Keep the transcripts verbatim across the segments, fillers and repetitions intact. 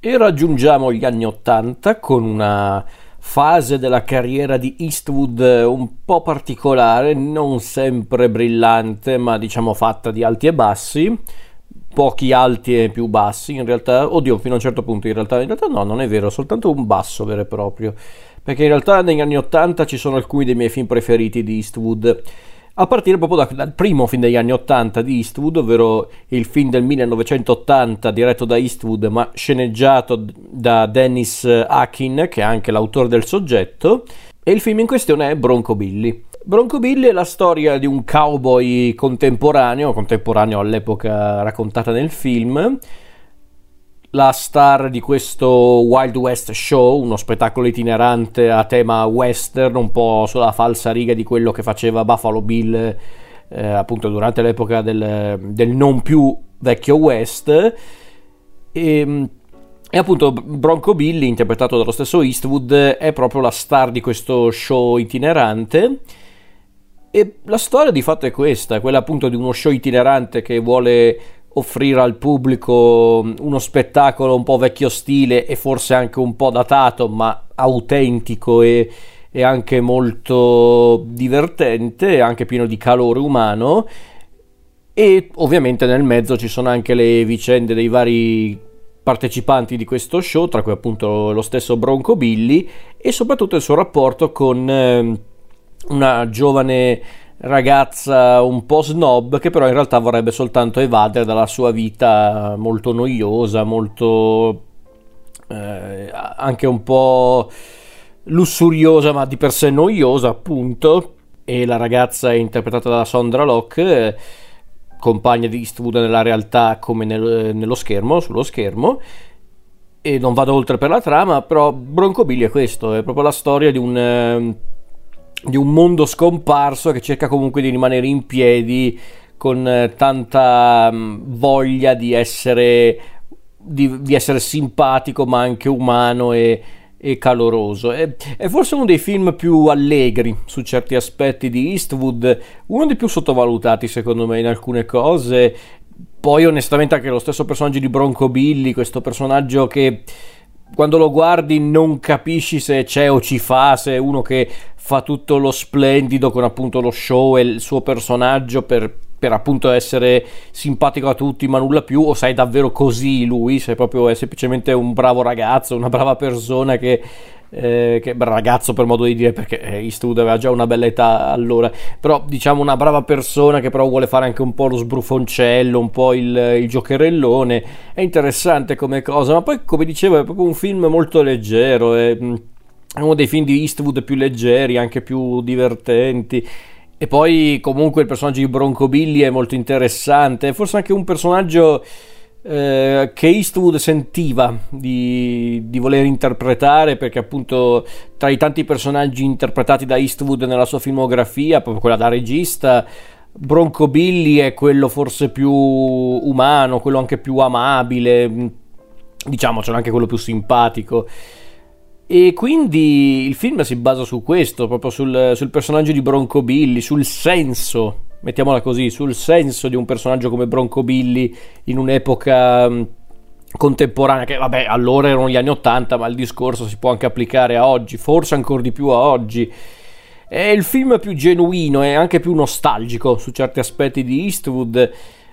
E raggiungiamo gli anni ottanta con una fase della carriera di Eastwood un po' particolare, non sempre brillante, ma diciamo fatta di alti e bassi, pochi alti e più bassi in realtà, oddio fino a un certo punto in realtà, in realtà no, non è vero, soltanto un basso vero e proprio, perché in realtà negli anni ottanta ci sono alcuni dei miei film preferiti di Eastwood, a partire proprio da, dal primo film degli anni ottanta di Eastwood, ovvero il film del millenovecentottanta diretto da Eastwood ma sceneggiato da Dennis Akin, che è anche l'autore del soggetto, e il film in questione è Bronco Billy. Bronco Billy è la storia di un cowboy contemporaneo, contemporaneo all'epoca raccontata nel film, la star di questo Wild West Show, uno spettacolo itinerante a tema western, un po' sulla falsa riga di quello che faceva Buffalo Bill eh, appunto durante l'epoca del, del non più vecchio West, e, e appunto Bronco Billy, interpretato dallo stesso Eastwood, è proprio la star di questo show itinerante. E la storia di fatto è questa, è quella appunto di uno show itinerante che vuole offrire al pubblico uno spettacolo un po' vecchio stile e forse anche un po' datato, ma autentico e, e anche molto divertente, anche pieno di calore umano. E ovviamente nel mezzo ci sono anche le vicende dei vari partecipanti di questo show, tra cui appunto lo stesso Bronco Billy, e soprattutto il suo rapporto con eh, una giovane ragazza un po' snob che però in realtà vorrebbe soltanto evadere dalla sua vita molto noiosa, molto eh, anche un po' lussuriosa, ma di per sé noiosa appunto. E la ragazza è interpretata da Sondra Locke, eh, compagna di Eastwood nella realtà come nel, nello schermo, sullo schermo. E non vado oltre per la trama, però Bronco Billy è questo, è proprio la storia di un eh, di un mondo scomparso che cerca comunque di rimanere in piedi con eh, tanta mh, voglia di essere di, di essere simpatico ma anche umano e, e caloroso. È, è forse uno dei film più allegri su certi aspetti di Eastwood, uno dei più sottovalutati secondo me in alcune cose. Poi onestamente anche lo stesso personaggio di Bronco Billy, questo personaggio che quando lo guardi non capisci se c'è o ci fa, se è uno che fa tutto lo splendido con appunto lo show e il suo personaggio per, per appunto essere simpatico a tutti ma nulla più, o se è davvero così lui, se proprio è semplicemente un bravo ragazzo, una brava persona che eh, che ragazzo per modo di dire, perché Eastwood aveva già una bella età allora, però diciamo una brava persona che però vuole fare anche un po' lo sbrufoncello, un po' il, il giocherellone. È interessante come cosa, ma poi come dicevo è proprio un film molto leggero, è, è uno dei film di Eastwood più leggeri, anche più divertenti. E poi comunque il personaggio di Bronco Billy è molto interessante, è forse anche un personaggio Eh, che Eastwood sentiva di, di voler interpretare, perché appunto tra i tanti personaggi interpretati da Eastwood nella sua filmografia, proprio quella da regista, Bronco Billy è quello forse più umano, quello anche più amabile, diciamo c'è anche quello più simpatico, e quindi il film si basa su questo, proprio sul, sul personaggio di Bronco Billy, sul senso, mettiamola così, sul senso di un personaggio come Bronco Billy in un'epoca mh, contemporanea, che vabbè allora erano gli anni ottanta, ma il discorso si può anche applicare a oggi, forse ancora di più a oggi. È il film più genuino e anche più nostalgico su certi aspetti di Eastwood,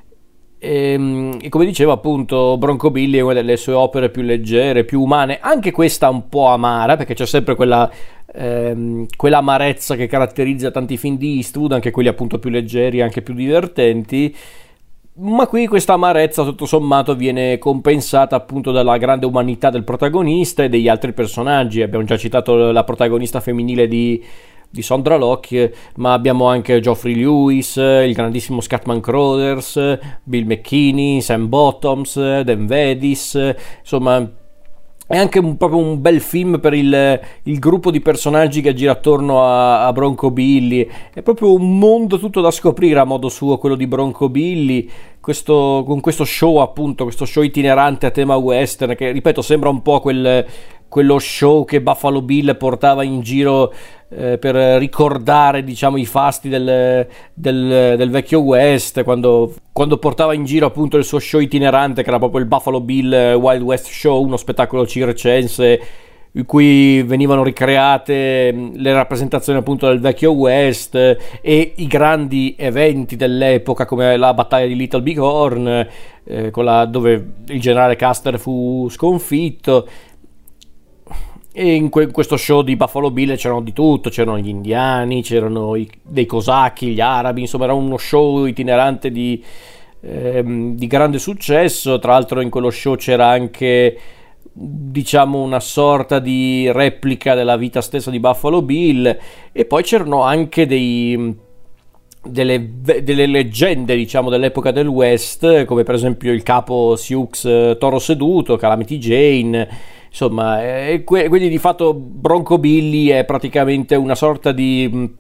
e, e come dicevo appunto Bronco Billy è una delle sue opere più leggere, più umane, anche questa un po' amara, perché c'è sempre quella ehm, quell'amarezza che caratterizza tanti film di Eastwood, anche quelli appunto più leggeri, anche più divertenti, ma qui questa amarezza tutto sommato viene compensata appunto dalla grande umanità del protagonista e degli altri personaggi. Abbiamo già citato la protagonista femminile di di Sondra Locke, ma abbiamo anche Geoffrey Lewis, il grandissimo Scatman Crothers, Bill McKinney, Sam Bottoms, Dan Vedis, insomma è anche un, proprio un bel film per il, il gruppo di personaggi che gira attorno a, a Bronco Billy. È proprio un mondo tutto da scoprire a modo suo quello di Bronco Billy, questo, con questo show appunto, questo show itinerante a tema western che ripeto sembra un po' quel quello show che Buffalo Bill portava in giro eh, per ricordare, diciamo, i fasti del, del, del vecchio West, quando, quando portava in giro appunto il suo show itinerante, che era proprio il Buffalo Bill Wild West Show, uno spettacolo circense in cui venivano ricreate le rappresentazioni appunto del vecchio West e i grandi eventi dell'epoca, come la battaglia di Little Bighorn, eh, con la, dove il generale Custer fu sconfitto. E in, que- in questo show di Buffalo Bill c'erano di tutto, c'erano gli indiani, c'erano i- dei cosacchi, gli arabi, insomma era uno show itinerante di, ehm, di grande successo. Tra l'altro in quello show c'era anche, diciamo, una sorta di replica della vita stessa di Buffalo Bill, e poi c'erano anche dei delle, delle leggende, diciamo, dell'epoca del West, come per esempio il capo Sioux eh, Toro Seduto, Calamity Jane, insomma, eh, que- quindi di fatto Bronco Billy è praticamente una sorta di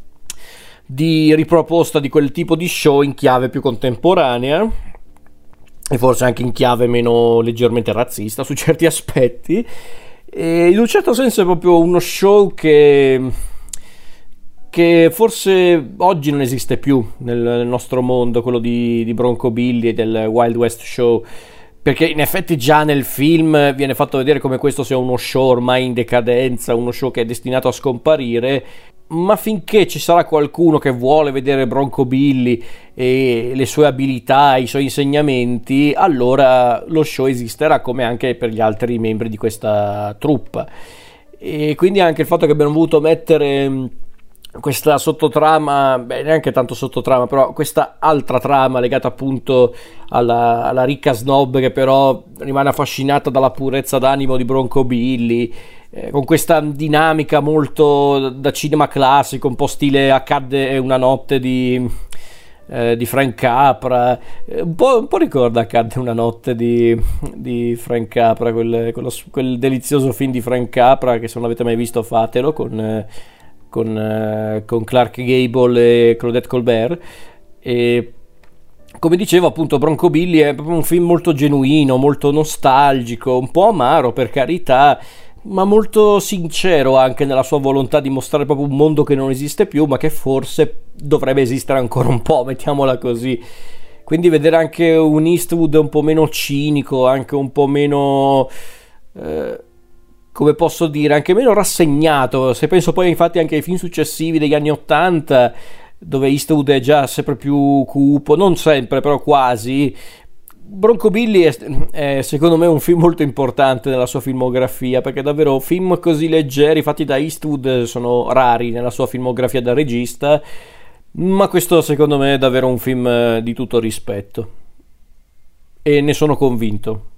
di riproposta di quel tipo di show in chiave più contemporanea, e forse anche in chiave meno leggermente razzista su certi aspetti, e in un certo senso è proprio uno show che che forse oggi non esiste più nel, nel nostro mondo, quello di, di Bronco Billy e del Wild West Show, perché in effetti già nel film viene fatto vedere come questo sia uno show ormai in decadenza, uno show che è destinato a scomparire. Ma finché ci sarà qualcuno che vuole vedere Bronco Billy e le sue abilità, i suoi insegnamenti, allora lo show esisterà, come anche per gli altri membri di questa troupe. E quindi anche il fatto che abbiamo voluto mettere questa sottotrama, beh, neanche tanto sottotrama, però questa altra trama legata appunto alla, alla ricca snob che però rimane affascinata dalla purezza d'animo di Bronco Billy, eh, con questa dinamica molto da cinema classico, un po' stile Accadde una notte di, eh, di Frank Capra, eh, un, po', un po' ricorda Accadde una notte di, di Frank Capra, quel, quello, quel delizioso film di Frank Capra che se non avete mai visto fatelo, con... Eh, Con, eh, con Clark Gable e Claudette Colbert. E come dicevo appunto, Bronco Billy è proprio un film molto genuino, molto nostalgico, un po' amaro per carità, ma molto sincero anche nella sua volontà di mostrare proprio un mondo che non esiste più, ma che forse dovrebbe esistere ancora un po', mettiamola così. Quindi vedere anche un Eastwood un po' meno cinico, anche un po' meno... Eh, come posso dire, anche meno rassegnato. Se penso poi infatti anche ai film successivi degli anni ottanta, dove Eastwood è già sempre più cupo, non sempre però quasi, Bronco Billy è, è secondo me un film molto importante nella sua filmografia, perché davvero film così leggeri fatti da Eastwood sono rari nella sua filmografia da regista, ma questo secondo me è davvero un film di tutto rispetto, e ne sono convinto.